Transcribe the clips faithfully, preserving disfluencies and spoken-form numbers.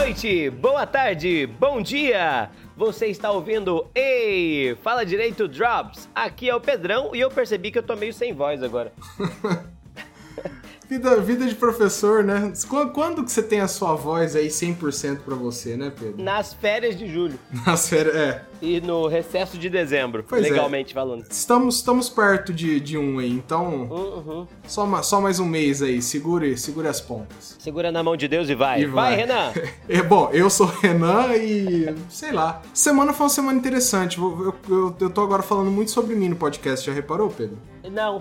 noite, boa tarde, bom dia! Você está ouvindo Ei, Fala Direito Drops. Aqui é o Pedrão e eu percebi que eu tô meio sem voz agora. Vida, vida de professor, né? Quando que você tem a sua voz aí cem por cento pra você, né, Pedro? Nas férias de julho. Nas férias, é. E no recesso de dezembro, pois legalmente é. falando. Estamos, estamos perto de, de um aí, então uhum. só, só mais um mês aí, segure, segure as pontas. Segura na mão de Deus e vai. E vai. vai, Renan! É, bom, eu sou o Renan e, sei lá, semana foi uma semana interessante. Eu, eu, eu, eu tô agora falando muito sobre mim no podcast, já reparou, Pedro? Não.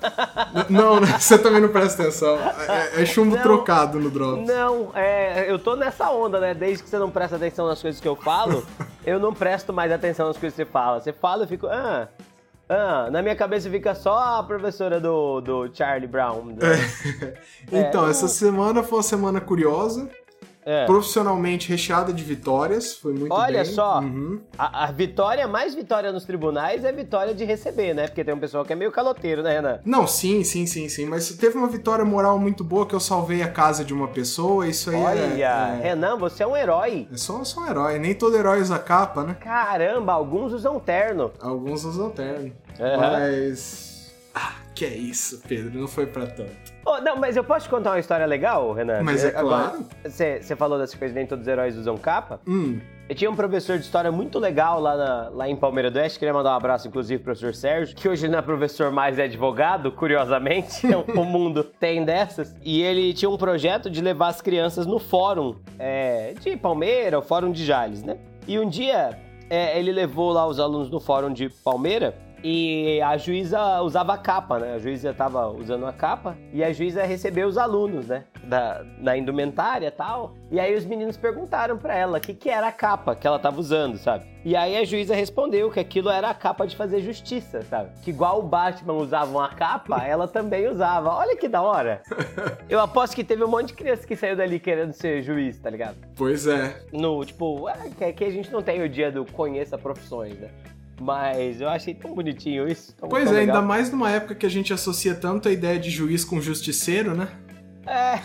Não, né? Você também não presta atenção. É, é chumbo não, trocado no Drops. Não, é, eu tô nessa onda, né? Desde que você não presta atenção nas coisas que eu falo, eu não presto mais atenção nas coisas que você fala. Você fala, eu fico... Ah, ah, na minha cabeça fica só a professora do, do Charlie Brown. Do... É. Então, é, essa semana foi uma semana curiosa. É. Profissionalmente recheada de vitórias, foi muito Olha bem. Olha só, uhum. a, a vitória, mais vitória nos tribunais é vitória de receber, né? Porque tem um pessoal que é meio caloteiro, né, Renan? Não, sim, sim, sim, sim. Mas teve uma vitória moral muito boa que eu salvei a casa de uma pessoa, isso aí Olha, é... Olha, Renan, você é um herói. Eu sou, sou um herói, nem todo herói usa capa, né? Caramba, alguns usam terno. Alguns usam terno. Uhum. Mas... Ah, que é isso, Pedro, não foi pra tanto. Oh, não, mas eu posso te contar uma história legal, Renan? Mas é claro. Você falou dessas coisas, nem todos os heróis usam capa. Hum. Eu tinha um professor de história muito legal lá, na, lá em Palmeira do Oeste, queria mandar um abraço, inclusive, pro professor Sérgio, que hoje não é professor mais, é advogado, curiosamente, o mundo tem dessas. E ele tinha um projeto de levar as crianças no fórum é, de Palmeira, o fórum de Jales, né? E um dia, é, ele levou lá os alunos no fórum de Palmeira, e a juíza usava a capa, né? A juíza tava usando a capa e a juíza recebeu os alunos, né? Da, da indumentária e tal. E aí os meninos perguntaram pra ela o que, que era a capa que ela tava usando, sabe? E aí a juíza respondeu que aquilo era a capa de fazer justiça, sabe? Que igual o Batman usava uma capa, ela também usava. Olha que da hora! Eu aposto que teve um monte de criança que saiu dali querendo ser juiz, tá ligado? Pois é. No, tipo, é, que a gente não tem o dia do conheça profissões, né? Mas eu achei tão bonitinho isso. Tão, pois tão é, legal. Ainda mais numa época que a gente associa tanto a ideia de juiz com justiceiro, né? É.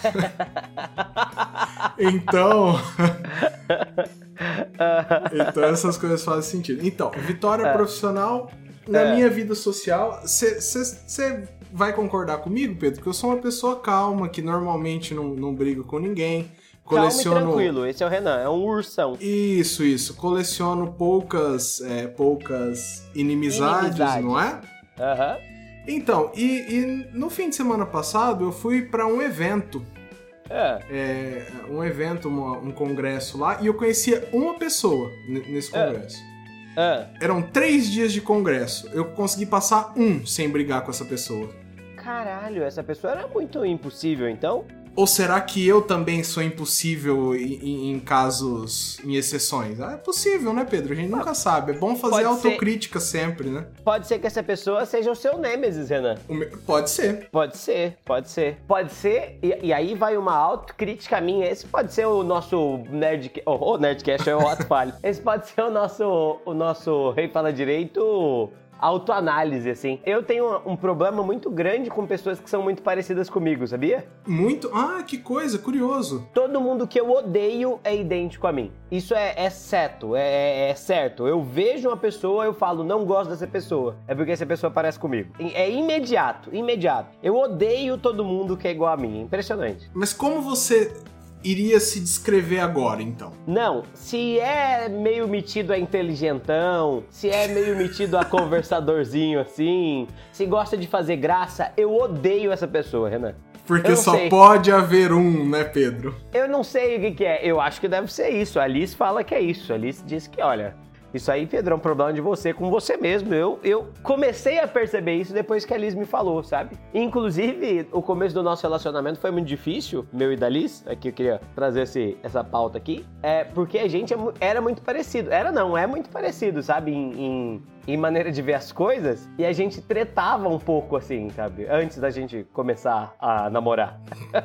Então... então essas coisas fazem sentido. Então, vitória é. profissional na é. minha vida social. Você vai concordar comigo, Pedro? Que eu sou uma pessoa calma, que normalmente não, não briga com ninguém. Coleciono... Calma e tranquilo, esse é o Renan, é um ursão. Isso, isso. Coleciono poucas, é, poucas inimizades, inimizades, não é? Aham. Uhum. Então, e, e no fim de semana passado eu fui pra um evento. É. É, um evento, uma, um congresso lá, e eu conhecia uma pessoa nesse congresso. É. É. Eram três dias de congresso. Eu consegui passar um sem brigar com essa pessoa. Caralho, essa pessoa era muito impossível, então? Ou será que eu também sou impossível em, em casos, em exceções? Ah, é possível, né, Pedro? A gente nunca ah, sabe. É bom fazer pode autocrítica ser... sempre, né? Pode ser que essa pessoa seja o seu nêmesis, Renan. Meu... Pode ser. Pode ser, pode ser. Pode ser, e, e aí vai uma autocrítica minha. Esse pode ser o nosso Nerdcast... Oh, oh, Nerdcast é o Otto Falho. Esse pode ser o nosso, o nosso Rei Fala Direito... autoanálise, assim. Eu tenho um problema muito grande com pessoas que são muito parecidas comigo, sabia? Muito? Ah, que coisa, curioso. Todo mundo que eu odeio é idêntico a mim. Isso é, é certo, é, é certo. Eu vejo uma pessoa, eu falo, não gosto dessa pessoa. É porque essa pessoa parece comigo. É imediato, imediato. Eu odeio todo mundo que é igual a mim. Impressionante. Mas como você... iria se descrever agora, então? Não, se é meio metido a inteligentão, se é meio metido a conversadorzinho assim, se gosta de fazer graça, eu odeio essa pessoa, Renan. Porque só sei. Pode haver um, né, Pedro? Eu não sei o que, que é, eu acho que deve ser isso. A Alice fala que é isso, a Alice diz que, olha... Isso aí, Pedro, é um problema de você com você mesmo. Eu, eu comecei a perceber isso depois que a Liz me falou, sabe? Inclusive, o começo do nosso relacionamento foi muito difícil, meu e da Liz. Aqui eu queria trazer esse, essa pauta aqui. É porque a gente era muito parecido. Era não, é muito parecido, sabe? Em, em, em maneira de ver as coisas. E a gente tretava um pouco, assim, sabe? Antes da gente começar a namorar.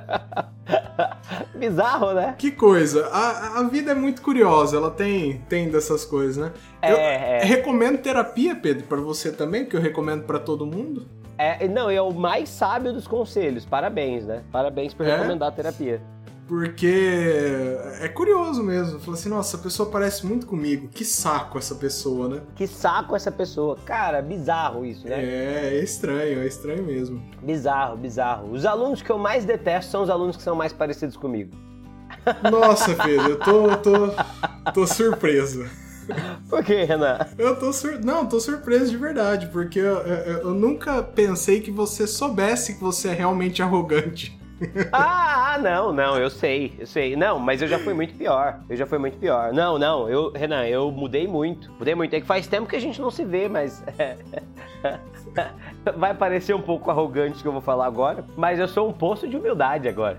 Bizarro, né? Que coisa. A, a vida é muito curiosa. Ela tem, tem dessas coisas, né? É, eu é. recomendo terapia, Pedro, pra você também, que eu recomendo pra todo mundo. É, não, é o mais sábio dos conselhos. Parabéns, né? Parabéns por é? recomendar a terapia. Porque é curioso mesmo. Falei assim, nossa, essa pessoa parece muito comigo. Que saco essa pessoa, né? Que saco essa pessoa. Cara, bizarro isso, né? É, é estranho, é estranho mesmo. Bizarro, bizarro. Os alunos que eu mais detesto são os alunos que são mais parecidos comigo. Nossa, Pedro, eu tô, tô, tô surpreso. Por que, Renan? Eu tô sur... Não, tô surpreso de verdade, porque eu, eu, eu nunca pensei que você soubesse que você é realmente arrogante. Ah, não, não, eu sei, eu sei. Não, mas eu já fui muito pior. Eu já fui muito pior. Não, não, eu, Renan, eu mudei muito. Mudei muito. É que faz tempo que a gente não se vê, mas... Vai parecer um pouco arrogante o que eu vou falar agora, mas eu sou um poço de humildade agora.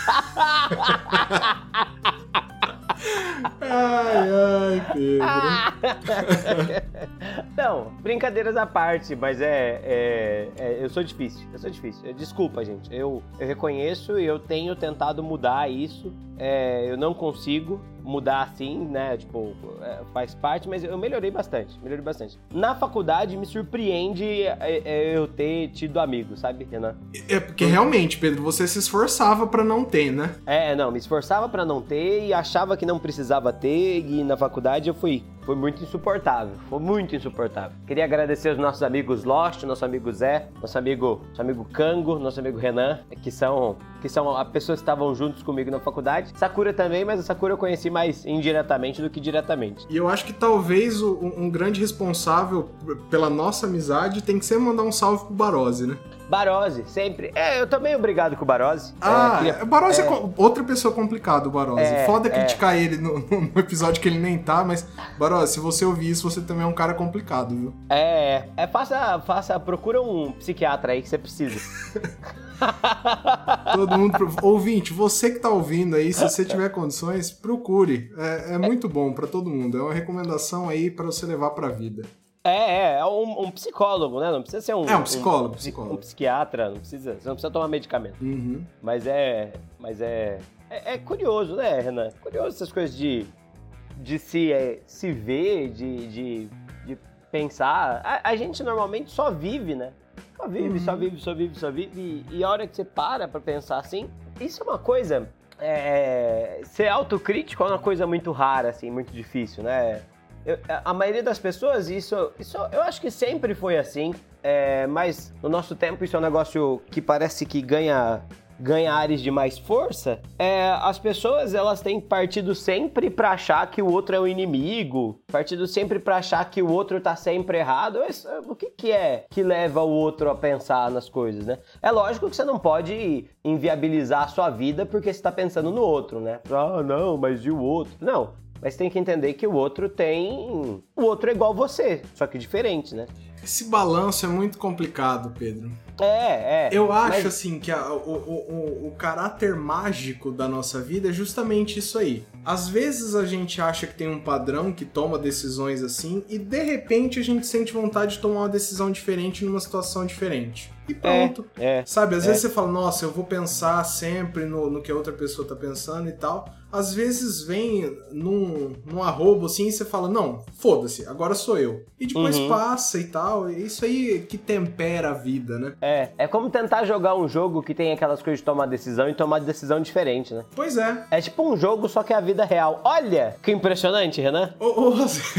Ai, ai, Pedro. Não, brincadeiras à parte, mas é, é, é... Eu sou difícil, eu sou difícil. Desculpa, gente. Eu, eu reconheço e eu tenho tentado mudar isso. É, eu não consigo mudar assim, né? Tipo, é, faz parte, mas eu melhorei bastante, melhorei bastante. Na faculdade, me surpreende é, é, eu ter tido amigos, sabe, Renan? É porque realmente, Pedro, você se esforçava pra não ter, né? É, não, me esforçava pra não ter e achava que não precisava ter, e na faculdade eu fui. Foi muito insuportável, foi muito insuportável. Queria agradecer aos nossos amigos Lost, nosso amigo Zé, nosso amigo, nosso amigo Kango, nosso amigo Renan, que são, que são as pessoas que estavam juntos comigo na faculdade. Sakura também, mas a Sakura eu conheci mais indiretamente do que diretamente. E eu acho que talvez o, um grande responsável pela nossa amizade tem que ser mandar um salve pro Barose, né? Barose, sempre. É, eu também obrigado com o Barose. Ah, é, queria... Barose é... é outra pessoa complicada, o Barose. É, Foda é... criticar ele no, no episódio que ele nem tá, mas, Barose, se você ouvir isso, você também é um cara complicado, viu? É, é faça, faça, procura um psiquiatra aí que você precisa. Todo mundo... Ouvinte, você que tá ouvindo aí, se você tiver condições, procure. É, é muito bom pra todo mundo. É uma recomendação aí pra você levar pra vida. É, é, é um, um psicólogo, né? Não precisa ser um... É, um psicólogo, um, psicólogo. Um psiquiatra, não precisa, você não precisa tomar medicamento. Uhum. Mas é... Mas é, é... É curioso, né, Renan? Curioso essas coisas de... De se, é, se ver, de, de, de pensar. A, a gente normalmente só vive, né? Só vive, uhum. só vive, só vive, só vive. E, e a hora que você para pra pensar assim... Isso é uma coisa... É, ser autocrítico é uma coisa muito rara, assim, muito difícil, né? Eu, a maioria das pessoas, isso, isso eu acho que sempre foi assim, é, mas no nosso tempo isso é um negócio que parece que ganha, ganha áreas de mais força. É, as pessoas, elas têm partido sempre pra achar que o outro é o inimigo, partido sempre pra achar que o outro tá sempre errado. O que que é que leva o outro a pensar nas coisas, né? É lógico que você não pode inviabilizar a sua vida porque você tá pensando no outro, né? Ah, não, mas e o outro? Não. Mas tem que entender que o outro tem... O outro é igual você, só que diferente, né? Esse balanço é muito complicado, Pedro. É, é. Eu acho, mas... assim, que a, o, o, o caráter mágico da nossa vida é justamente isso aí. Às vezes a gente acha que tem um padrão que toma decisões assim e, de repente, a gente sente vontade de tomar uma decisão diferente numa situação diferente. E pronto. É, é, Sabe, às é. vezes você fala, nossa, eu vou pensar sempre no, no que a outra pessoa tá pensando e tal. Às vezes vem num, num arrobo assim e você fala, não, foda-se, agora sou eu. E depois uhum. passa e tal. Isso aí que tempera a vida, né? É, é como tentar jogar um jogo que tem aquelas coisas de tomar decisão e tomar decisão diferente, né? Pois é. É tipo um jogo, só que é a vida real. Olha, que impressionante, Renan. Ô, ô,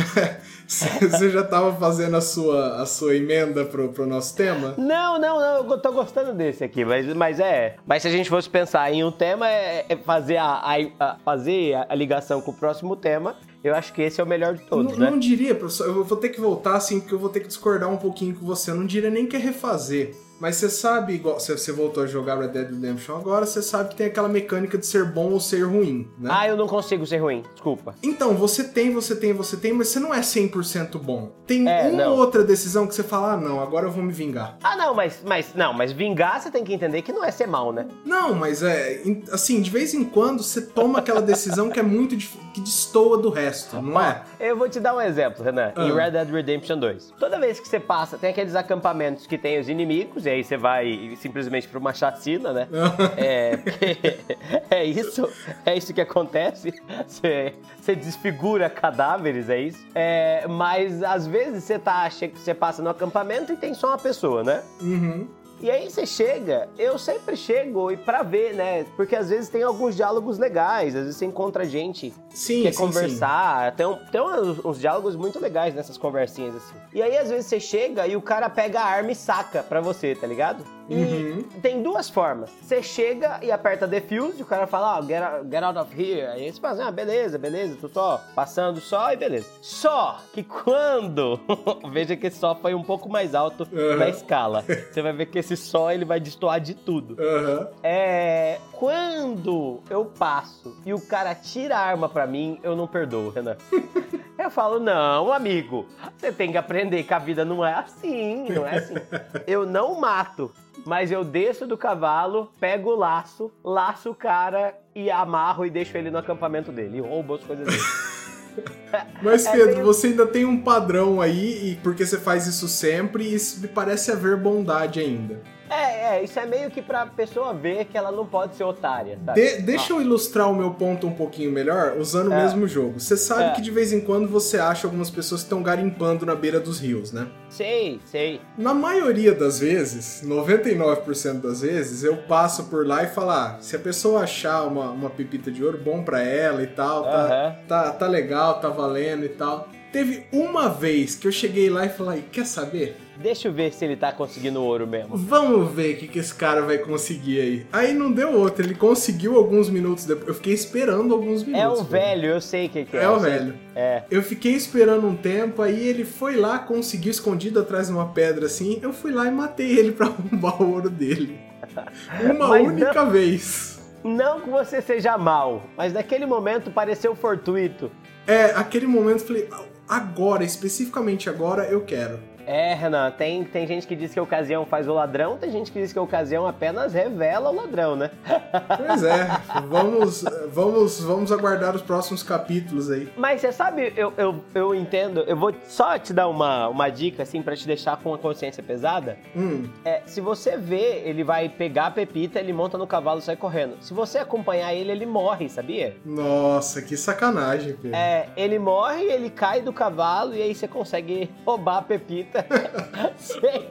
você já tava fazendo a sua, a sua emenda pro, pro nosso tema? Não, não, não, eu tô gostando desse aqui, mas, mas é... Mas se a gente fosse pensar em um tema, é, é fazer, a, a, a, fazer a ligação com o próximo tema. Eu acho que esse é o melhor de todos, não, né? Não diria, professor, eu vou ter que voltar assim, porque eu vou ter que discordar um pouquinho com você. Eu não diria nem que é refazer. Mas você sabe, igual se você voltou a jogar Red Dead Redemption agora, você sabe que tem aquela mecânica de ser bom ou ser ruim, né? Ah, eu não consigo ser ruim, desculpa. Então, você tem, você tem, você tem, mas você não é cem por cento bom. Tem é, uma não. outra decisão que você fala, ah, não, agora eu vou me vingar. Ah, não, mas, mas, não, mas vingar você tem que entender que não é ser mal, né? Não, mas é, assim, de vez em quando você toma aquela decisão que é muito, que destoa do resto, não é? Eu vou te dar um exemplo, Renan, ah. em Red Dead Redemption dois. Toda vez que você passa, tem aqueles acampamentos que tem os inimigos, e aí você vai simplesmente pra uma chacina, né? é, é isso, é isso que acontece. Você, você desfigura cadáveres, é isso. É, mas às vezes você tá, você passa no acampamento e tem só uma pessoa, né? Uhum. E aí você chega, eu sempre chego e pra ver, né? Porque às vezes tem alguns diálogos legais, às vezes você encontra gente sim, que quer sim, conversar. Sim. Tem, um, tem uns, uns diálogos muito legais nessas conversinhas, assim. E aí às vezes você chega e o cara pega a arma e saca pra você, tá ligado? E uhum. tem duas formas. Você chega e aperta defuse, o cara fala, ó, oh, get, out, get out of here. Aí você fala, ah, beleza, beleza, tô só passando só e beleza. Só que quando... Veja que só foi um pouco mais alto uhum. na escala. Você vai ver que esse só, ele vai destoar de tudo. Uhum. É... Quando eu passo e o cara tira a arma pra mim, eu não perdoo, Renan. Eu falo, não, amigo, você tem que aprender que a vida não é assim, não é assim. Eu não mato, mas eu desço do cavalo, pego o laço, laço o cara e amarro e deixo ele no acampamento dele. E roubo as coisas dele. Mas, Pedro, é meio... você ainda tem um padrão aí, e porque você faz isso sempre, e isso me parece haver bondade ainda. É, é, isso é meio que pra pessoa ver que ela não pode ser otária, sabe? De, deixa ah. eu ilustrar o meu ponto um pouquinho melhor, usando é. o mesmo jogo. Você sabe é. que de vez em quando você acha algumas pessoas que estão garimpando na beira dos rios, né? Sei, sei. Na maioria das vezes, noventa e nove por cento das vezes, eu passo por lá e falo, ah, se a pessoa achar uma, uma pepita de ouro, bom pra ela e tal, tá, uh-huh. tá, tá legal, tá valendo e tal. Teve uma vez que eu cheguei lá e falei, quer saber? Deixa eu ver se ele tá conseguindo ouro mesmo. Vamos ver o que, que esse cara vai conseguir aí. Aí não deu outro, ele conseguiu alguns minutos depois. Eu fiquei esperando alguns minutos. É o velho, eu sei o que, que é. É o velho. É. Eu fiquei esperando um tempo, aí ele foi lá, conseguiu escondido atrás de uma pedra assim. Eu fui lá e matei ele pra roubar o ouro dele. Uma mas única não, vez. Não que você seja mal, mas naquele momento pareceu fortuito. É, aquele momento eu falei, agora, especificamente agora, eu quero. É, Renan, tem, tem gente que diz que a ocasião faz o ladrão, tem gente que diz que a ocasião apenas revela o ladrão, né? Pois é, vamos, vamos, vamos aguardar os próximos capítulos aí. Mas você sabe, eu, eu, eu entendo, eu vou só te dar uma, uma dica, assim, pra te deixar com a consciência pesada. Hum. É, se você vê, ele vai pegar a pepita, ele monta no cavalo e sai correndo. Se você acompanhar ele, ele morre, sabia? Nossa, que sacanagem, Pedro. É, ele morre, ele cai do cavalo e aí você consegue roubar a pepita. Sim.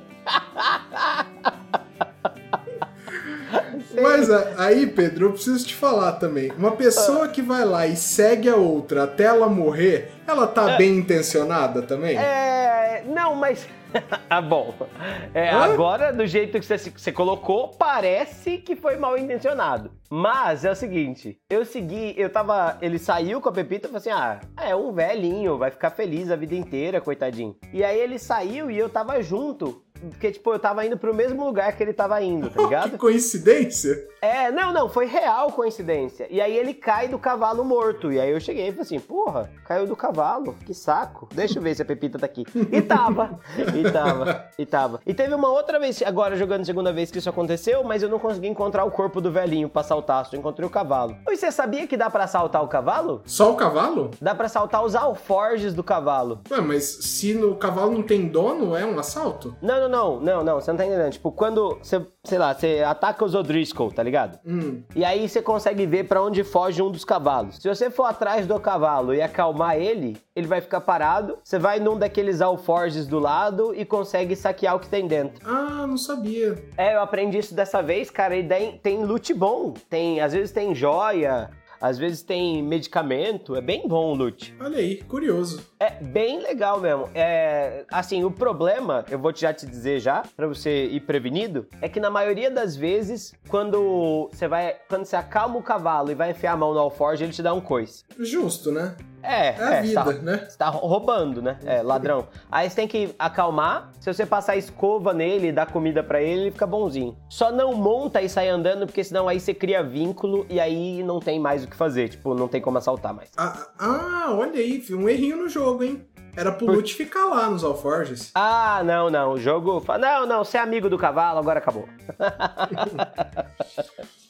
Mas aí, Pedro, eu preciso te falar também. Uma pessoa que vai lá e segue a outra até ela morrer, ela tá bem intencionada também? É... Não, mas... Ah, bom. É, agora, do jeito que você, você colocou, parece que foi mal intencionado. Mas é o seguinte, eu segui, eu tava... Ele saiu com a pepita e falou assim, ah, é um velhinho, vai ficar feliz a vida inteira, coitadinho. E aí ele saiu e eu tava junto. Porque, tipo, eu tava indo pro mesmo lugar que ele tava indo, tá ligado? Que coincidência? É, não, não, foi real coincidência. E aí ele cai do cavalo morto. E aí eu cheguei e falei assim, porra, caiu do cavalo, que saco. Deixa eu ver se a pepita tá aqui. E tava, e tava, e tava. E teve uma outra vez, agora jogando segunda vez que isso aconteceu, mas eu não consegui encontrar o corpo do velhinho pra saltar, só encontrei o cavalo. E você sabia que dá pra saltar o cavalo? Só o cavalo? Dá pra saltar os alforjes do cavalo. Ué, mas se no cavalo não tem dono, é um assalto? Não, não, não, não, não, você não tá entendendo. Tipo, quando você, sei lá, você ataca os O'Driscoll, tá ligado? Hum. E aí você consegue ver pra onde foge um dos cavalos. Se você for atrás do cavalo e acalmar ele, ele vai ficar parado, você vai num daqueles alforjes do lado e consegue saquear o que tem dentro. Ah, não sabia. É, eu aprendi isso dessa vez, cara, e tem, tem loot bom. Tem, às vezes tem joia... Às vezes tem medicamento, é bem bom o loot. Olha aí, curioso. É bem legal mesmo. É, assim, o problema, eu vou já te dizer já, pra você ir prevenido, é que na maioria das vezes, quando você vai, quando você acalma o cavalo e vai enfiar a mão no alforje, ele te dá um coice. Justo, né? É, é a é, vida, tá, né? Você tá roubando, né? É, ladrão. Aí você tem que acalmar. Se você passar escova nele e dar comida pra ele, ele fica bonzinho. Só não monta e sai andando, porque senão aí você cria vínculo e aí não tem mais o que fazer. Tipo, não tem como assaltar mais. Ah, ah olha aí, um errinho no jogo, hein? Era pro loot ficar lá nos alforjes. Ah, não, não. O jogo... Não, não, você é amigo do cavalo, agora acabou.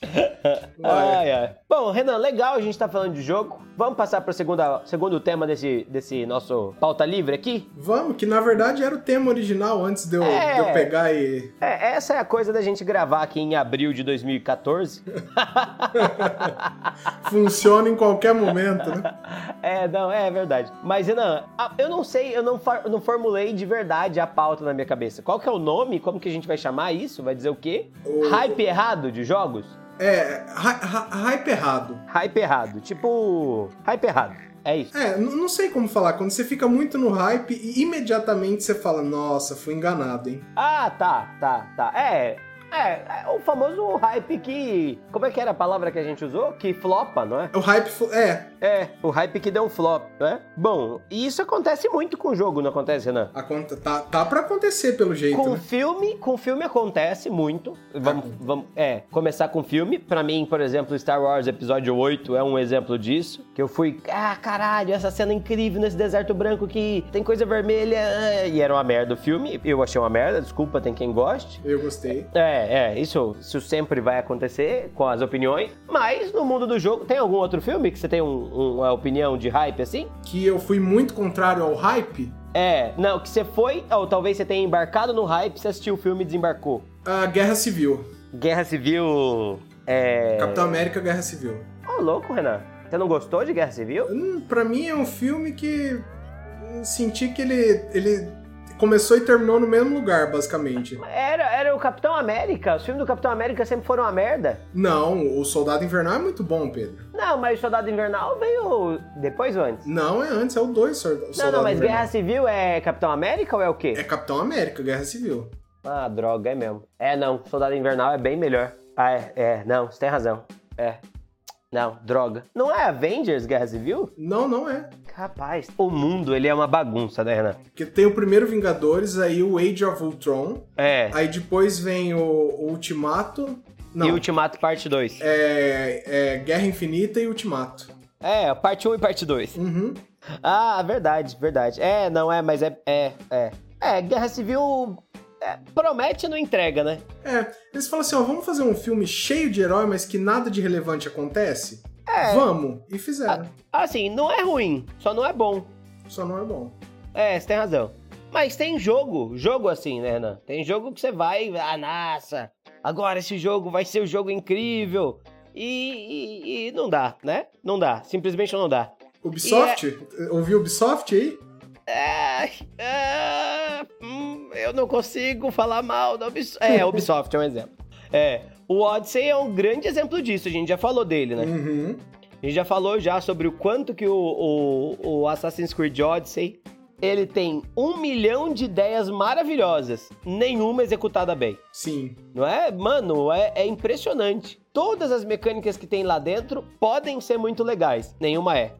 Ai, ai. Bom, Renan, legal a gente tá falando de jogo. Vamos passar para o segundo tema desse, desse nosso pauta livre aqui? Vamos, que na verdade era o tema original antes de eu, é, de eu pegar e... É, essa é a coisa da gente gravar aqui em abril de dois mil e quatorze. Funciona em qualquer momento, né? É, não, é verdade. Mas, Renan, eu não sei, eu não, eu não formulei de verdade a pauta na minha cabeça. Qual que é o nome? Como que a gente vai chamar isso? Vai dizer o quê? O... Hype errado de jogos? É, hype errado. Hype errado, tipo... Hype errado, é isso. É, não sei como falar. Quando você fica muito no hype e imediatamente você fala, nossa, fui enganado, hein? Ah, tá, tá, tá. É... É, é o famoso hype que... Como é que era a palavra que a gente usou? Que flopa, não é? O hype... É. É, o hype que deu um flop, né? Bom, e isso acontece muito com o jogo, não acontece, Renan? Aconte... Tá, tá pra acontecer, pelo jeito, Com né? filme, com filme acontece muito. Vamos, ah. vamos, é, começar com filme. Pra mim, por exemplo, Star Wars Episódio oito é um exemplo disso. Que eu fui, ah, caralho, essa cena incrível nesse deserto branco que tem coisa vermelha. E era uma merda o filme. Eu achei uma merda, desculpa, tem quem goste. Eu gostei. É. É, isso, isso sempre vai acontecer com as opiniões, mas no mundo do jogo, tem algum outro filme que você tem um, uma opinião de hype assim? Que eu fui muito contrário ao hype? É, não, que você foi, ou talvez você tenha embarcado no hype, você assistiu o filme e desembarcou. A Guerra Civil. Guerra Civil, é... Capitão América, Guerra Civil. Ô, oh, louco, Renan. Você não gostou de Guerra Civil? Hum, pra mim é um filme que senti que ele... ele... começou e terminou no mesmo lugar, basicamente. Era, era o Capitão América. Os filmes do Capitão América sempre foram uma merda. Não, o Soldado Invernal é muito bom, Pedro. Não, mas o Soldado Invernal veio depois ou antes? Não, é antes, é o dois Soldado Invernal. Não, não, mas Guerra Civil é Capitão América ou é o quê? É Capitão América, Guerra Civil. Ah, droga, é mesmo. É, não, Soldado Invernal é bem melhor. Ah, é, é, não, você tem razão. É. Não, droga. Não é Avengers Guerra Civil? Não, não é. Rapaz, o mundo, ele é uma bagunça, né, Renan? Porque tem o primeiro Vingadores, aí o Age of Ultron. É. Aí depois vem o, o Ultimato. Não. E Ultimato parte dois. É, é Guerra Infinita e Ultimato. É, parte um e parte dois. Uhum. Ah, verdade, verdade. É, não é, mas é... É, é. É, Guerra Civil... É, promete e não entrega, né? É, eles falam assim, ó, vamos fazer um filme cheio de herói, mas que nada de relevante acontece? É. Vamos, e fizeram. Ah, assim, não é ruim, só não é bom. Só não é bom. É, você tem razão. Mas tem jogo, jogo assim, né, Renan? Tem jogo que você vai, ah, nossa, agora esse jogo vai ser um jogo incrível. E, e, e não dá, né? Não dá, simplesmente não dá. Ubisoft? É... Ouviu Ubisoft aí? É, é, hum, eu não consigo falar mal da Ubisoft. É, Ubisoft é um exemplo. É, o Odyssey é um grande exemplo disso, a gente já falou dele, né? Uhum. A gente já falou já sobre o quanto que o, o, o Assassin's Creed Odyssey, ele tem um milhão de ideias maravilhosas, nenhuma executada bem. Sim. Não é? Mano, é, é impressionante. Todas as mecânicas que tem lá dentro podem ser muito legais, nenhuma é.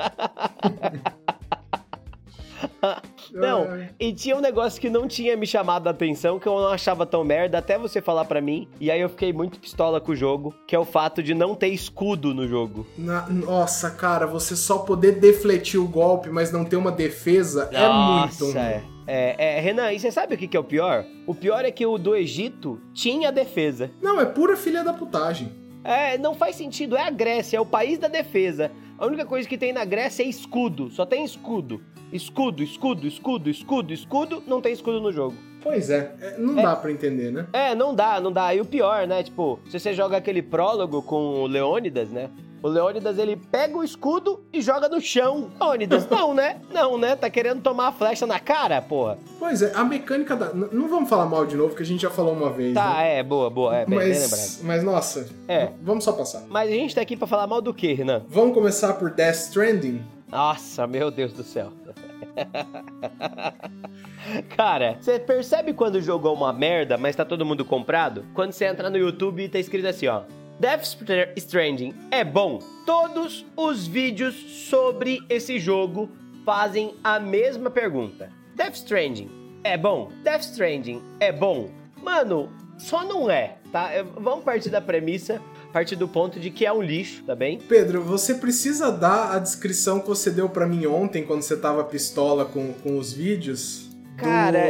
Não, e tinha um negócio que não tinha me chamado a atenção, que eu não achava tão merda, até você falar pra mim, e aí eu fiquei muito pistola com o jogo, que é o fato de não ter escudo no jogo. Na, nossa, cara, você só poder defletir o golpe, mas não ter uma defesa, nossa, é muito ruim. É. É, é, Renan, e você sabe o que, que é o pior? O pior é que o do Egito tinha defesa. Não, é pura filha da putagem. É, não faz sentido, é a Grécia, é o país da defesa. A única coisa que tem na Grécia é escudo, só tem escudo. Escudo, escudo, escudo, escudo, escudo, não tem escudo no jogo. Pois é, é não é, dá pra entender, né? É, não dá, não dá. E o pior, né, tipo, se você joga aquele prólogo com o Leônidas, né? O Leônidas, ele pega o escudo e joga no chão. Leônidas, não, né? Não, né? Tá querendo tomar a flecha na cara, porra. Pois é, a mecânica da... Não vamos falar mal de novo, que a gente já falou uma vez, Tá, né? é, boa, boa. É, bem, mas, bem lembrado. Mas, nossa, é. Vamos só passar. Mas a gente tá aqui pra falar mal do quê, Renan? Vamos começar por Death Stranding? Nossa, meu Deus do céu. Cara, você percebe quando o jogo é uma merda, mas tá todo mundo comprado? Quando você entra no YouTube e tá escrito assim, ó: Death Stranding é bom. Todos os vídeos sobre esse jogo fazem a mesma pergunta. Death Stranding é bom? Death Stranding é bom? Mano, só não é, tá? Vamos partir da premissa, partir do ponto de que é um lixo, tá bem? Pedro, você precisa dar a descrição que você deu pra mim ontem, quando você tava pistola com, com os vídeos? Cara... Do...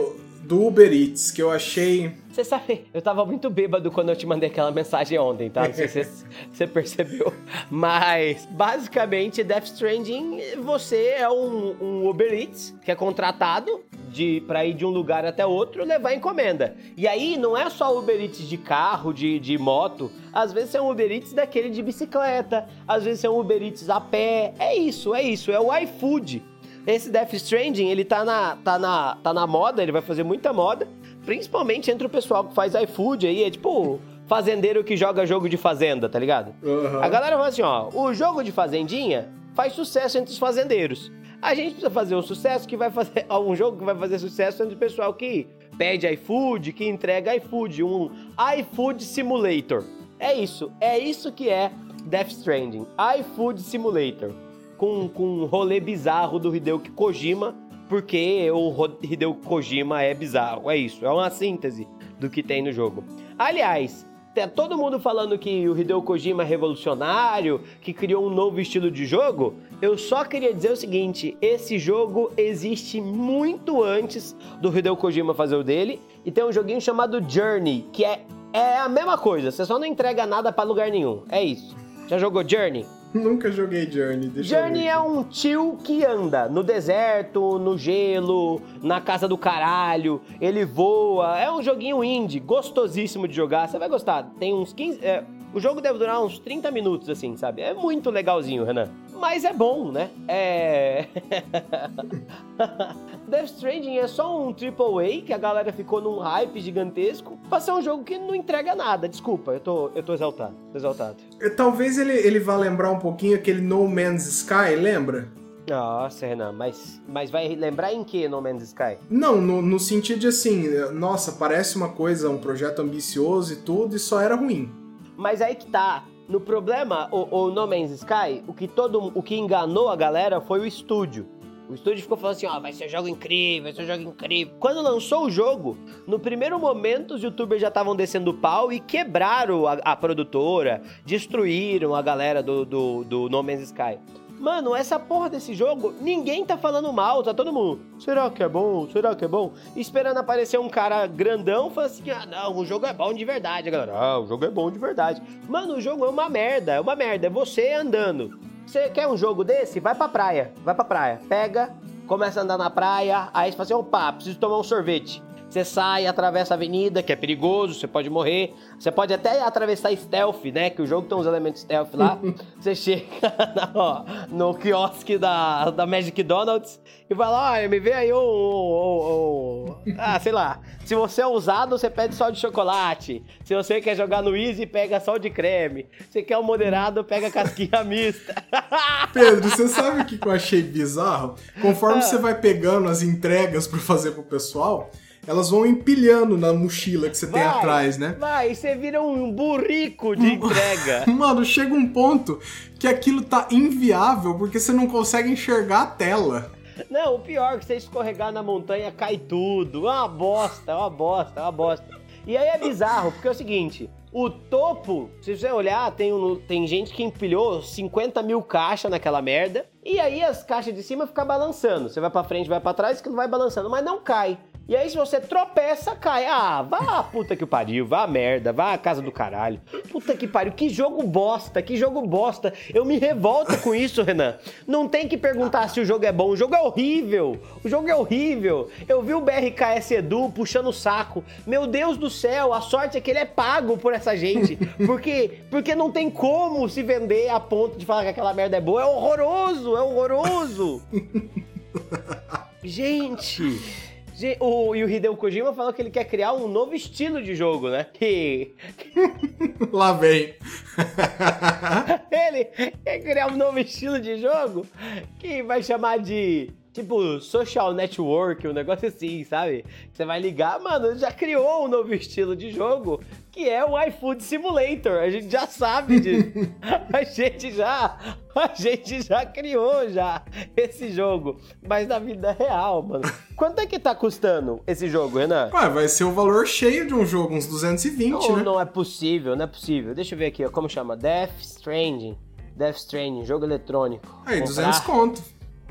do Uber Eats, que eu achei... Você sabe, eu tava muito bêbado quando eu te mandei aquela mensagem ontem, tá? Não sei se você percebeu. Mas, basicamente, Death Stranding, você é um, um Uber Eats que é contratado de, pra ir de um lugar até outro levar encomenda. E aí, não é só Uber Eats de carro, de, de moto. Às vezes é um Uber Eats daquele de bicicleta. Às vezes é um Uber Eats a pé. É isso, é isso. É o iFood. Esse Death Stranding, ele tá na, tá, na, tá na moda, ele vai fazer muita moda. Principalmente entre o pessoal que faz iFood aí, é tipo fazendeiro que joga jogo de fazenda, tá ligado? Uhum. A galera fala assim, ó, o jogo de fazendinha faz sucesso entre os fazendeiros. A gente precisa fazer um sucesso que vai fazer, um jogo que vai fazer sucesso entre o pessoal que pede iFood, que entrega iFood, um iFood Simulator. É isso, é isso que é Death Stranding, iFood Simulator. Com, com um rolê bizarro do Hideo Kojima, porque o Hideo Kojima é bizarro, é isso, é uma síntese do que tem no jogo. Aliás, tá todo mundo falando que o Hideo Kojima é revolucionário, que criou um novo estilo de jogo. Eu só queria dizer o seguinte, esse jogo existe muito antes do Hideo Kojima fazer o dele, e tem um joguinho chamado Journey, que é, é a mesma coisa, você só não entrega nada pra lugar nenhum, é isso. Já jogou Journey? Nunca joguei Journey. Deixa Journey é um tio que anda no deserto, no gelo, na casa do caralho, ele voa, é um joguinho indie, gostosíssimo de jogar, você vai gostar, tem uns quinze... É, o jogo deve durar uns trinta minutos, assim, sabe? É muito legalzinho, Renan. Mas é bom, né? É... Death Stranding é só um triple A que a galera ficou num hype gigantesco pra ser um jogo que não entrega nada. Desculpa, eu tô, eu tô exaltado. Tô exaltado. Talvez ele, ele vá lembrar um pouquinho aquele No Man's Sky, lembra? Nossa, Renan, mas, mas vai lembrar em que No Man's Sky? Não, no, no sentido de assim, nossa, parece uma coisa, um projeto ambicioso e tudo, e só era ruim. Mas aí que tá. No problema, o, o No Man's Sky, o que, todo, o que enganou a galera foi o estúdio. O estúdio ficou falando assim, ó, vai ser um jogo incrível, vai ser um jogo incrível. Quando lançou o jogo, no primeiro momento os youtubers já estavam descendo o pau e quebraram a, a produtora, destruíram a galera do, do, do No Man's Sky. Mano, essa porra desse jogo, ninguém tá falando mal, tá todo mundo, será que é bom? Será que é bom? Esperando aparecer um cara grandão, falando assim, ah não, o jogo é bom de verdade. A galera, ah, o jogo é bom de verdade. Mano, o jogo é uma merda, é uma merda, é você andando. Você quer um jogo desse? Vai pra praia, vai pra praia. Pega, começa a andar na praia, aí você fala assim, opa, preciso tomar um sorvete. Você sai, atravessa a avenida, que é perigoso, você pode morrer. Você pode até atravessar stealth, né? Que o jogo tem uns elementos stealth lá. Você chega no, no quiosque da, da Magic Donuts e fala, olha, me vê aí um, um, um... Ah, sei lá. Se você é ousado, você pede só de chocolate. Se você quer jogar no easy, pega só de creme. Se quer um moderado, pega casquinha mista. Pedro, você sabe o que eu achei bizarro? Conforme ah. você vai pegando as entregas pra fazer pro pessoal... Elas vão empilhando na mochila que você vai, tem atrás, né? Vai, e você vira um burrico de entrega. Mano, chega um ponto que aquilo tá inviável porque você não consegue enxergar a tela. Não, o pior é que você escorregar na montanha, cai tudo. É uma bosta, é uma bosta, é uma bosta. E aí é bizarro, porque é o seguinte... O topo, se você olhar, tem, um, tem gente que empilhou cinquenta mil caixas naquela merda. E aí as caixas de cima ficam balançando. Você vai pra frente, vai pra trás, que não vai balançando, mas não cai. E aí se você tropeça, cai. Ah, vá a puta que pariu, vá a merda, vá a casa do caralho. Puta que pariu, que jogo bosta, que jogo bosta. Eu me revolto com isso, Renan. Não tem que perguntar se o jogo é bom, o jogo é horrível. O jogo é horrível. Eu vi o B R K S Edu puxando o saco. Meu Deus do céu, a sorte é que ele é pago por essa gente. Porque, porque não tem como se vender a ponto de falar que aquela merda é boa. É horroroso, é horroroso. Gente... O, e o Hideo Kojima falou que ele quer criar um novo estilo de jogo, né? Que... Lá vem. Ele quer criar um novo estilo de jogo que vai chamar de... Tipo, social network, um negócio assim, sabe? Você vai ligar, mano, já criou um novo estilo de jogo, que é o iFood Simulator. A gente já sabe disso. A gente já, a gente já criou já esse jogo. Mas na vida real, mano. Quanto é que tá custando esse jogo, Renan? Ué, vai ser o valor cheio de um jogo, uns duzentos e vinte, não, né? Não é possível, não é possível. Deixa eu ver aqui, ó, como chama? Death Stranding. Death Stranding, jogo eletrônico. Aí, duzentos conto.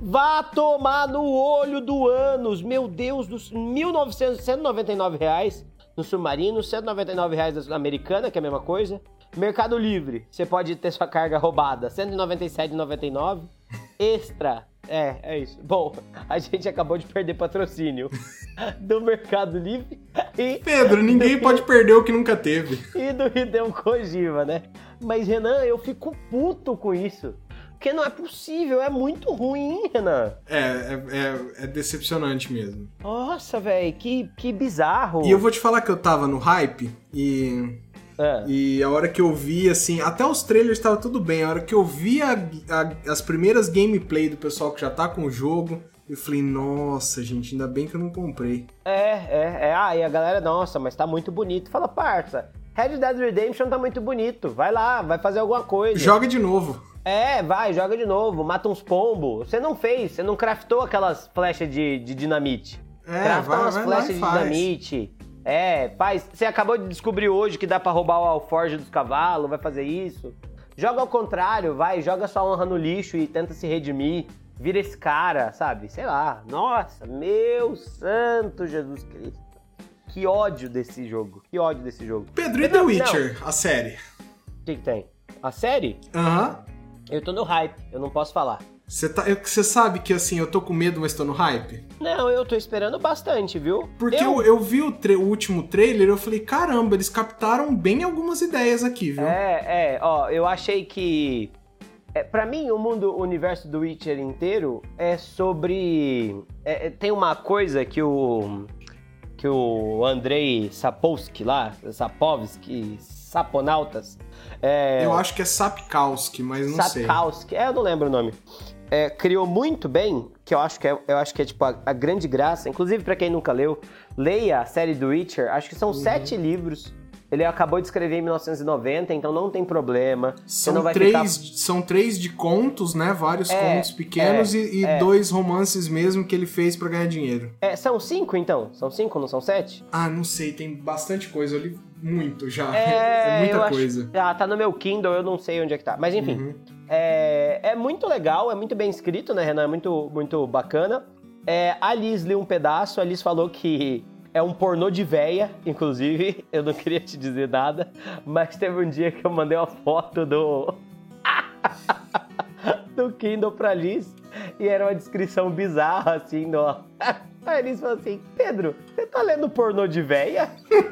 Vá tomar no olho do ânus. Meu Deus, dos mil e novecentos, cento e noventa e nove reais no Submarino, cento e noventa e nove reais na Americana, que é a mesma coisa. Mercado Livre, você pode ter sua carga roubada, cento e noventa e sete reais e noventa e nove centavos. Extra, é, é isso. Bom, a gente acabou de perder patrocínio do Mercado Livre e... Pedro, ninguém pode perder o que nunca teve. E do Hideo Kojima, né? Mas, Renan, eu fico puto com isso. Porque não é possível, é muito ruim, Renan. É, é, é, é decepcionante mesmo. Nossa, velho, que, que bizarro. E eu vou te falar que eu tava no hype e... É. E a hora que eu vi, assim, até os trailers tava tudo bem. A hora que eu vi a, a, as primeiras gameplay do pessoal que já tá com o jogo, eu falei, nossa, gente, ainda bem que eu não comprei. É, é, é. Ah, e a galera, nossa, mas tá muito bonito. Fala, parça, Red Dead Redemption tá muito bonito. Vai lá, vai fazer alguma coisa. Joga de novo. É, vai, joga de novo, mata uns pombos. Você não fez, você não craftou aquelas flechas de, de dinamite. É, Crafta vai, umas vai flechas lá e de faz. dinamite. É, faz. Você acabou de descobrir hoje que dá pra roubar o alforje dos cavalos, vai fazer isso. Joga ao contrário, vai, joga sua honra no lixo e tenta se redimir. Vira esse cara, sabe? Sei lá. Nossa, meu santo Jesus Cristo. Que ódio desse jogo, que ódio desse jogo. Pedro, e The Witcher, não. A série? O que que tem? A série? Aham. Uhum. Eu tô no hype, eu não posso falar. Você tá, sabe que, assim, eu tô com medo, mas tô no hype? Não, eu tô esperando bastante, viu? Porque eu, eu, eu vi o, tra- o último trailer e eu falei, caramba, eles captaram bem algumas ideias aqui, viu? É, é, ó, eu achei que... É, pra mim, o mundo, o universo do Witcher inteiro é sobre... É, tem uma coisa que o... Que o Andrei Sapkowski lá, Sapkowski, Saponautas... É, eu acho que é Sapkowski, mas não sei. Sapkowski, é, eu não lembro o nome. É, criou muito bem, que eu acho que é, eu acho que é tipo a, a grande graça. Inclusive, pra quem nunca leu, leia a série do Witcher. Acho que são uhum. sete livros. Ele acabou de escrever em mil novecentos e noventa, então não tem problema. São, não vai três, ficar... são três de contos, né? Vários é, contos pequenos é, e, e é. dois romances mesmo que ele fez pra ganhar dinheiro. É, são cinco, então? São cinco, não são sete? Ah, não sei. Tem bastante coisa. Eu li muito já. É, é muita eu coisa. Acho... Ah, tá no meu Kindle, eu não sei onde é que tá. Mas enfim, uhum. é, é muito legal, é muito bem escrito, né, Renan? É muito, muito bacana. É, a Liz leu um pedaço, a Liz falou que... É um pornô de véia, inclusive, eu não queria te dizer nada, mas teve um dia que eu mandei uma foto do... do Kindle pra Liz, e era uma descrição bizarra, assim, do... Aí a Liz falou assim, Pedro, você tá lendo pornô de véia?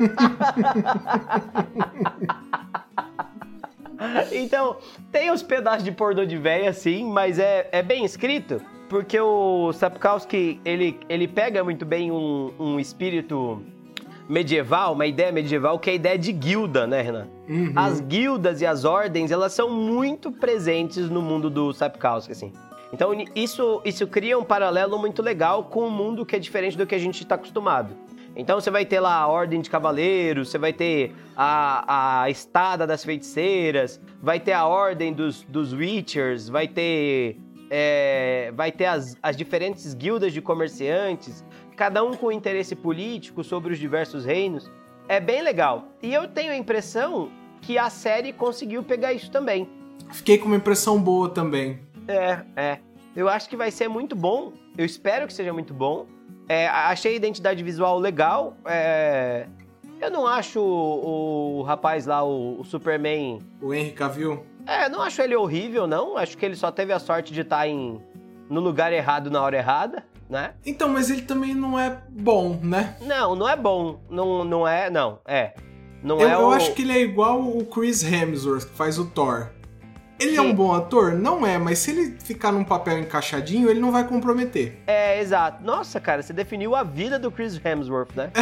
Então, tem uns pedaços de pornô de véia, sim, mas é, é bem escrito. Porque o Sapkowski, ele, ele pega muito bem um, um espírito medieval, uma ideia medieval, que é a ideia de guilda, né, Renan? Uhum. As guildas e as ordens, elas são muito presentes no mundo do Sapkowski, assim. Então, isso, isso cria um paralelo muito legal com um mundo que é diferente do que a gente está acostumado. Então, você vai ter lá a Ordem de Cavaleiros, você vai ter a, a Estada das Feiticeiras, vai ter a Ordem dos, dos Witchers, vai ter... É, vai ter as, as diferentes guildas de comerciantes, cada um com interesse político sobre os diversos reinos. É bem legal. E eu tenho a impressão que a série conseguiu pegar isso também. Fiquei com uma impressão boa também. É, é. Eu acho que vai ser muito bom. Eu espero que seja muito bom. É, achei a identidade visual legal. É, eu não acho o, o rapaz lá, o, o Superman... O Henry Cavill? É, não acho ele horrível, não. Acho que ele só teve a sorte de estar em, no lugar errado na hora errada, né? Então, mas ele também não é bom, né? Não, não é bom. Não, não é, não. É. Não eu, é eu o... acho que ele é igual o Chris Hemsworth, que faz o Thor. Ele Sim. é um bom ator? Não é, mas se ele ficar num papel encaixadinho, ele não vai comprometer. É, exato. Nossa, cara, você definiu a vida do Chris Hemsworth, né?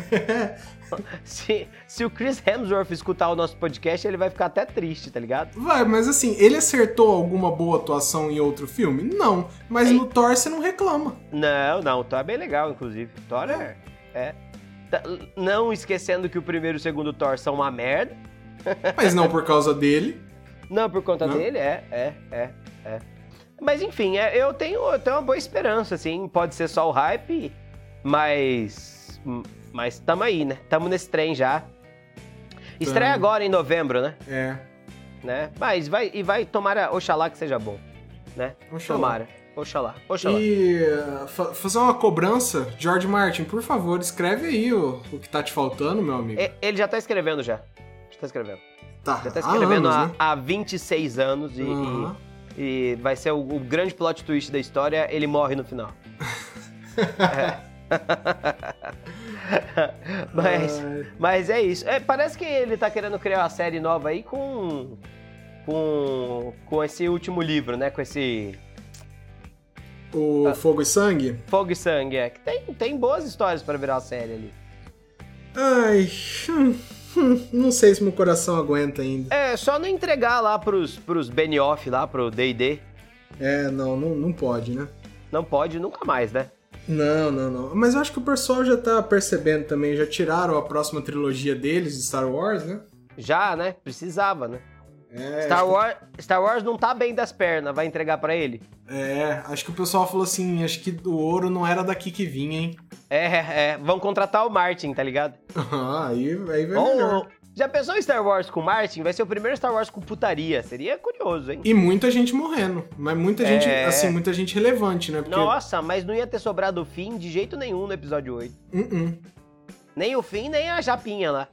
se, se o Chris Hemsworth escutar o nosso podcast, ele vai ficar até triste, tá ligado? Vai, mas assim, ele acertou alguma boa atuação em outro filme? Não. Mas Ei. no Thor você não reclama. Não, não, o Thor é bem legal, inclusive. O Thor é... é. Não esquecendo que o primeiro e o segundo Thor são uma merda. Mas não por causa dele. Não, por conta não. dele, é, é, é, é. Mas enfim, é, eu, tenho, eu tenho uma boa esperança, assim, pode ser só o hype, mas... Mas tamo aí, né? Tamo nesse trem já. Estreia agora em novembro, né? É. Né? Mas vai, e vai, tomara, oxalá que seja bom. né? Oxalá. Tomara. Oxalá. Oxalá. E uh, fa- fazer uma cobrança, George Martin, por favor, escreve aí o, o que tá te faltando, meu amigo. E- Ele já tá escrevendo já. Já tá escrevendo. Tá, Já tá há escrevendo anos, há, né? há vinte e seis anos e, Uhum. e, e vai ser o, o grande plot twist da história, ele morre no final. É. mas, Ai. mas é isso. É, parece que ele tá querendo criar uma série nova aí com, com, com esse último livro, né? Com esse O Fogo e Sangue? Fogo e Sangue, é. Que tem, tem boas histórias pra virar uma série ali. Ai, hum, hum, não sei se meu coração aguenta ainda. É, só não entregar lá pros, pros Benioff, lá pro D e D. É, não, não, não pode, né? Não pode nunca mais, né? Não, não, não. Mas eu acho que o pessoal já tá percebendo também, já tiraram a próxima trilogia deles de Star Wars, né? Já, né? Precisava, né? É, Star, acho Wars, Star Wars não tá bem das pernas, vai entregar pra ele? que, é, acho que o pessoal falou assim, acho que o ouro não era daqui que vinha, hein? É, é, vão contratar o Martin, tá ligado? Ah, aí, aí vai Ou- melhor. já pensou em Star Wars com o Martin? Vai ser o primeiro Star Wars com putaria. Seria curioso, hein? E muita gente morrendo. Mas muita gente, É. assim, muita gente relevante, né? Porque... Nossa, mas não ia ter sobrado o Finn de jeito nenhum no episódio oito. Uh-uh. Nem o Finn, nem a Japinha lá.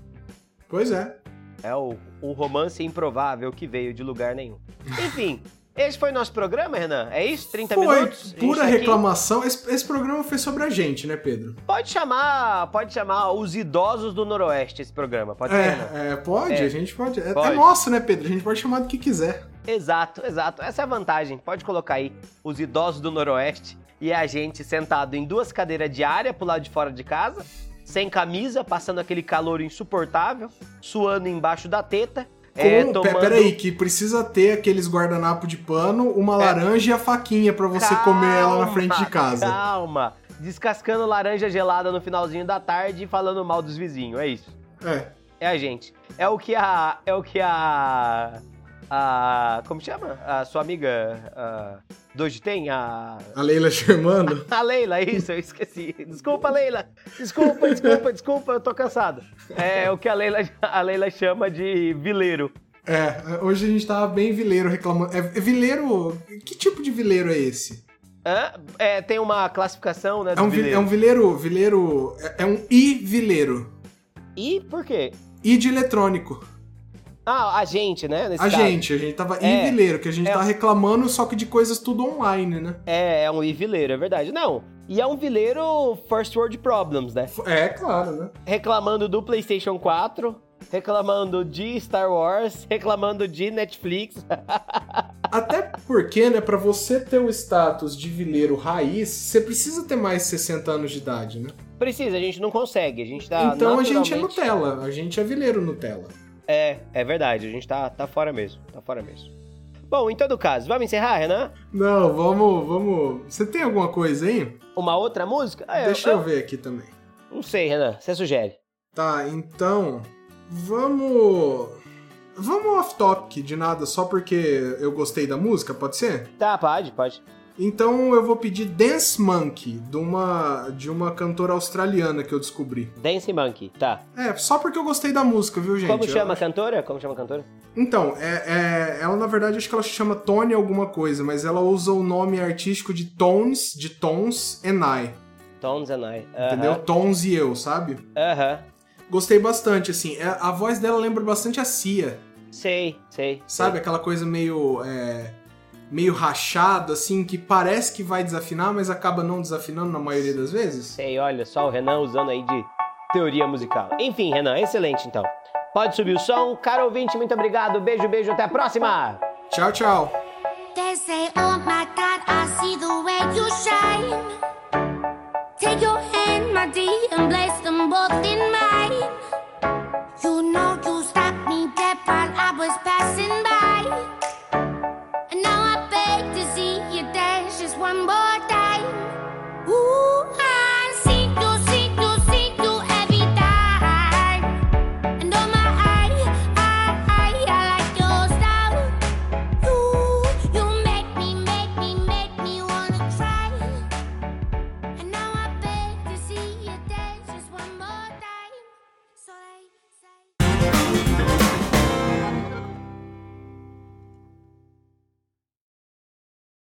Pois é. É o, o romance improvável que veio de lugar nenhum. Enfim, esse foi nosso programa, Renan? É isso? trinta Foi minutos? A gente pura tá aqui. reclamação. Esse, esse programa foi sobre a gente, né, Pedro? Pode chamar, pode chamar os idosos do Noroeste esse programa, pode ser, Renan? É, é, pode, É. a gente pode. É, Pode. é nosso, né, Pedro? A gente pode chamar do que quiser. Exato, exato. Essa é a vantagem. Pode colocar aí os idosos do Noroeste e a gente sentado em duas cadeiras de área pro lado de fora de casa, sem camisa, passando aquele calor insuportável, suando embaixo da teta. Com, é, pe- tomando... Peraí, que precisa ter aqueles guardanapo de pano, uma laranja e a faquinha pra você comer ela na frente de casa. Calma, descascando laranja gelada no finalzinho da tarde e falando mal dos vizinhos, é isso. É. É a gente. É o que a... É o que a... A... Como chama? A sua amiga... A, Doji tem? A... A Leila Germano. A Leila, isso, eu esqueci. Desculpa, Leila. Desculpa, desculpa, desculpa, eu tô cansado. É o que a Leila, a Leila chama de vileiro. É, hoje a gente tava bem vileiro reclamando. É, é vileiro. Que tipo de vileiro é esse? Hã? É, tem uma classificação, né, do É um, vi- vileiro. é um vileiro. Vileiro. É, é um i-vileiro. E por quê? I de eletrônico. Ah, a gente, né? Nesse A caso. gente, a gente tava É, i-vileiro, que a gente é- tá reclamando, só que de coisas tudo online, né? É, é um vileiro, é verdade. Não, e é um vileiro first world problems, né? É, claro, né? Reclamando do PlayStation quatro, reclamando de Star Wars, reclamando de Netflix. Até porque, né, pra você ter o status de vileiro raiz, você precisa ter mais de sessenta anos de idade, né? Precisa, a gente não consegue, a gente tá então a gente é naturalmente- Nutella, a gente é vileiro Nutella. É, é verdade, a gente tá, tá fora mesmo, tá fora mesmo. Bom, em todo caso, vamos encerrar, Renan? Não, vamos, vamos... Você tem alguma coisa aí? Uma outra música? Ah, Deixa eu ver aqui também. Não sei, Renan, você sugere. Tá, então, vamos... Vamos off-topic de nada, só porque eu gostei da música, pode ser? Tá, pode, pode. Então eu vou pedir Dance Monkey, de uma, de uma cantora australiana que eu descobri. Dance Monkey, tá. É, só porque eu gostei da música, viu, gente? Como chama Eu- a cantora? Como chama a cantora? Então, é, é- ela na verdade acho que ela se chama Tony alguma coisa, mas ela usa o nome artístico de Tones, de Tones and I, Tones and I. entendeu? Aham. Tones e eu, sabe? Aham. Gostei bastante, assim. é- A voz dela lembra bastante a Cia, Sei, sei. sabe? Aquela coisa meio... é, meio rachada, assim, que parece que vai desafinar, mas acaba não desafinando na maioria das vezes. Sei, olha só o Renan usando aí de teoria musical. Enfim, Renan, excelente então. Pode subir o som. Caro ouvinte, muito obrigado. Beijo, beijo, até a próxima! Tchau, tchau. They say, oh my God, I see the way you shine. Take your hand, my dear, and place them both in mine. You know you stopped me dead while I was passing by. And now I beg to see you dance just one more time.